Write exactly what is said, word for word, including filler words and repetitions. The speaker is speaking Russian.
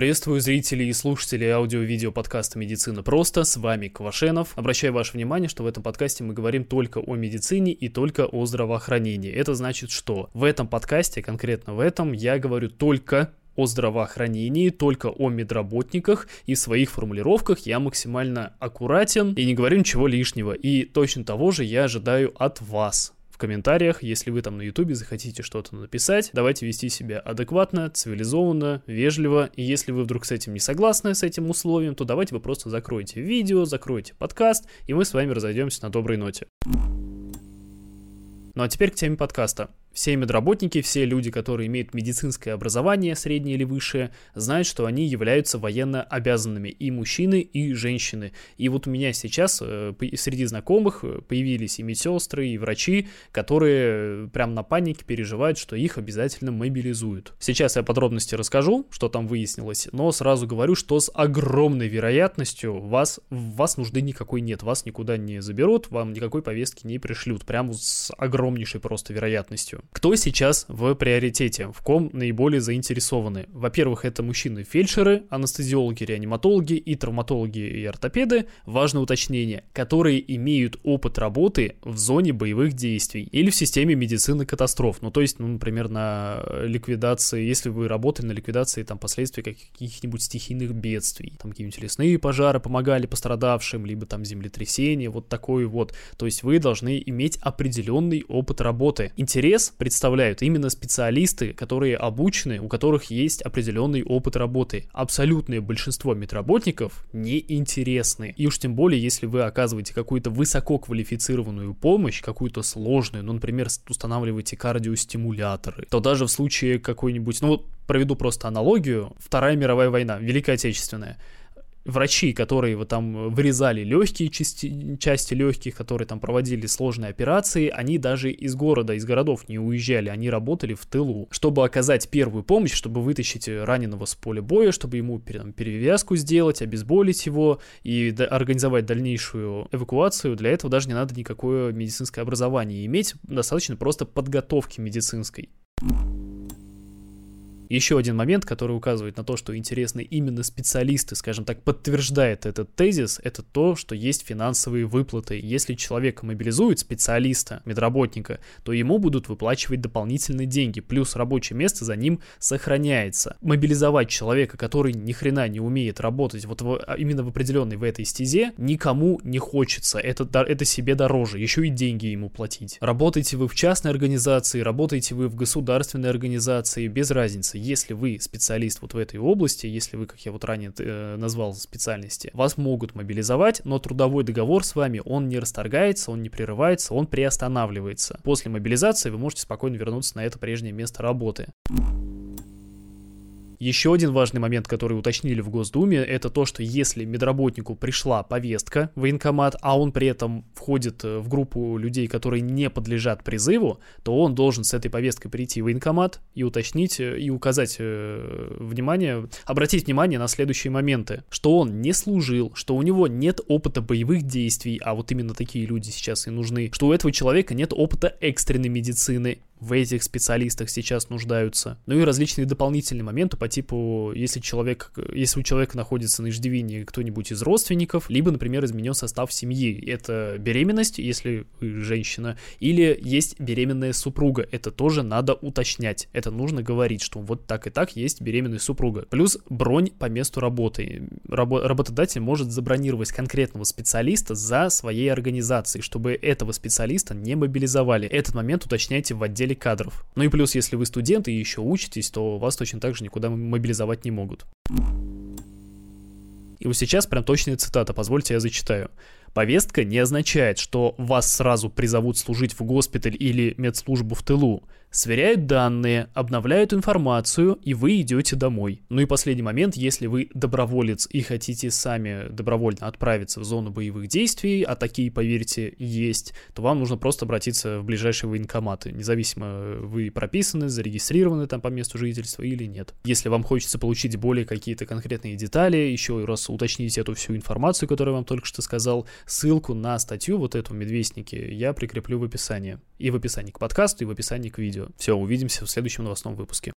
Приветствую зрителей и слушателей аудио-видео подкаста «Медицина просто». С вами Квашенов. Обращаю ваше внимание, что в этом подкасте мы говорим только о медицине и только о здравоохранении. Это значит, что в этом подкасте, конкретно в этом, я говорю только о здравоохранении, только о медработниках, и в своих формулировках я максимально аккуратен и не говорю ничего лишнего. И точно того же я ожидаю от вас. В комментариях, если вы там на ютубе захотите что-то написать, давайте вести себя адекватно, цивилизованно, вежливо, и если вы вдруг с этим не согласны, с этим условием, то давайте вы просто закроете видео, закроете подкаст, и мы с вами разойдемся на доброй ноте. Ну а теперь к теме подкаста. Все медработники, все люди, которые имеют медицинское образование, среднее или высшее, знают, что они являются военно обязанными, и мужчины, и женщины. И вот у меня сейчас э, среди знакомых появились и медсестры, и врачи, которые прям на панике переживают, что их обязательно мобилизуют. Сейчас я подробности расскажу, что там выяснилось, но сразу говорю, что с огромной вероятностью вас, в вас нужды никакой нет, вас никуда не заберут, вам никакой повестки не пришлют, прям с огромнейшей просто вероятностью. Кто сейчас в приоритете, в ком наиболее заинтересованы? Во-первых, это мужчины-фельдшеры, анестезиологи, реаниматологи и травматологи и ортопеды, важное уточнение, которые имеют опыт работы в зоне боевых действий или в системе медицины катастроф. Ну, то есть, ну, например, на ликвидации, если вы работали на ликвидации там последствий каких-нибудь стихийных бедствий, там какие-нибудь лесные пожары помогали пострадавшим, либо там землетрясения, вот такой вот. То есть вы должны иметь определенный опыт работы. Интерес представляют именно специалисты, которые обучены, у которых есть определенный опыт работы. Абсолютное большинство медработников неинтересны. И уж тем более, если вы оказываете какую-то высококвалифицированную помощь, какую-то сложную, ну, например, устанавливаете кардиостимуляторы, то даже в случае какой-нибудь, ну вот проведу просто аналогию, Вторая мировая война, Великая Отечественная. Врачи, которые вот там вырезали легкие части, части легких, которые там проводили сложные операции, они даже из города, из городов не уезжали, они работали в тылу, чтобы оказать первую помощь, чтобы вытащить раненого с поля боя, чтобы ему там, перевязку сделать, обезболить его и д- организовать дальнейшую эвакуацию. Для этого даже не надо никакое медицинское образование иметь, достаточно просто подготовки медицинской. Еще один момент, который указывает на то, что интересны именно специалисты, скажем так, подтверждает этот тезис, это то, что есть финансовые выплаты. Если человека мобилизуют, специалиста, медработника, то ему будут выплачивать дополнительные деньги, плюс рабочее место за ним сохраняется. Мобилизовать человека, который ни хрена не умеет работать вот в, именно в определенной в этой стезе, никому не хочется. Это, это себе дороже, еще и деньги ему платить. Работаете вы в частной организации, работаете вы в государственной организации, без разницы. Если вы специалист вот в этой области, если вы, как я вот ранее э, назвал специальности, вас могут мобилизовать, но трудовой договор с вами, он не расторгается, он не прерывается, он приостанавливается. После мобилизации вы можете спокойно вернуться на это прежнее место работы. Еще один важный момент, который уточнили в Госдуме, это то, что если медработнику пришла повестка в военкомат, а он при этом входит в группу людей, которые не подлежат призыву, то он должен с этой повесткой прийти в военкомат и уточнить, и указать э, внимание, обратить внимание на следующие моменты, что он не служил, что у него нет опыта боевых действий, а вот именно такие люди сейчас и нужны, что у этого человека нет опыта экстренной медицины, в этих специалистах сейчас нуждаются. Ну и различные дополнительные моменты по типу, если человек, если у человека находится на иждивении кто-нибудь из родственников, либо, например, изменен состав семьи. Это беременность, если вы женщина, или есть беременная супруга. Это тоже надо уточнять. Это нужно говорить, что вот так и так есть беременная супруга. Плюс бронь по месту работы. Рабо- работодатель может забронировать конкретного специалиста за своей организацией, чтобы этого специалиста не мобилизовали. Этот момент уточняйте в отделе кадров. Ну и плюс, если вы студент и еще учитесь, то вас точно так же никуда мобилизовать не могут. И вот сейчас прям точная цитата, позвольте я зачитаю. Повестка не означает, что вас сразу призовут служить в госпиталь или медслужбу в тылу. Сверяют данные, обновляют информацию, и вы идете домой. Ну и последний момент, если вы доброволец и хотите сами добровольно отправиться в зону боевых действий, а такие, поверьте, есть, то вам нужно просто обратиться в ближайшие военкоматы, независимо вы прописаны, зарегистрированы там по месту жительства или нет. Если вам хочется получить более какие-то конкретные детали, еще раз уточнить эту всю информацию, которую я вам только что сказал, ссылку на статью вот эту в Медвестнике я прикреплю в описании. И в описании к подкасту, и в описании к видео. Все, увидимся в следующем новостном выпуске.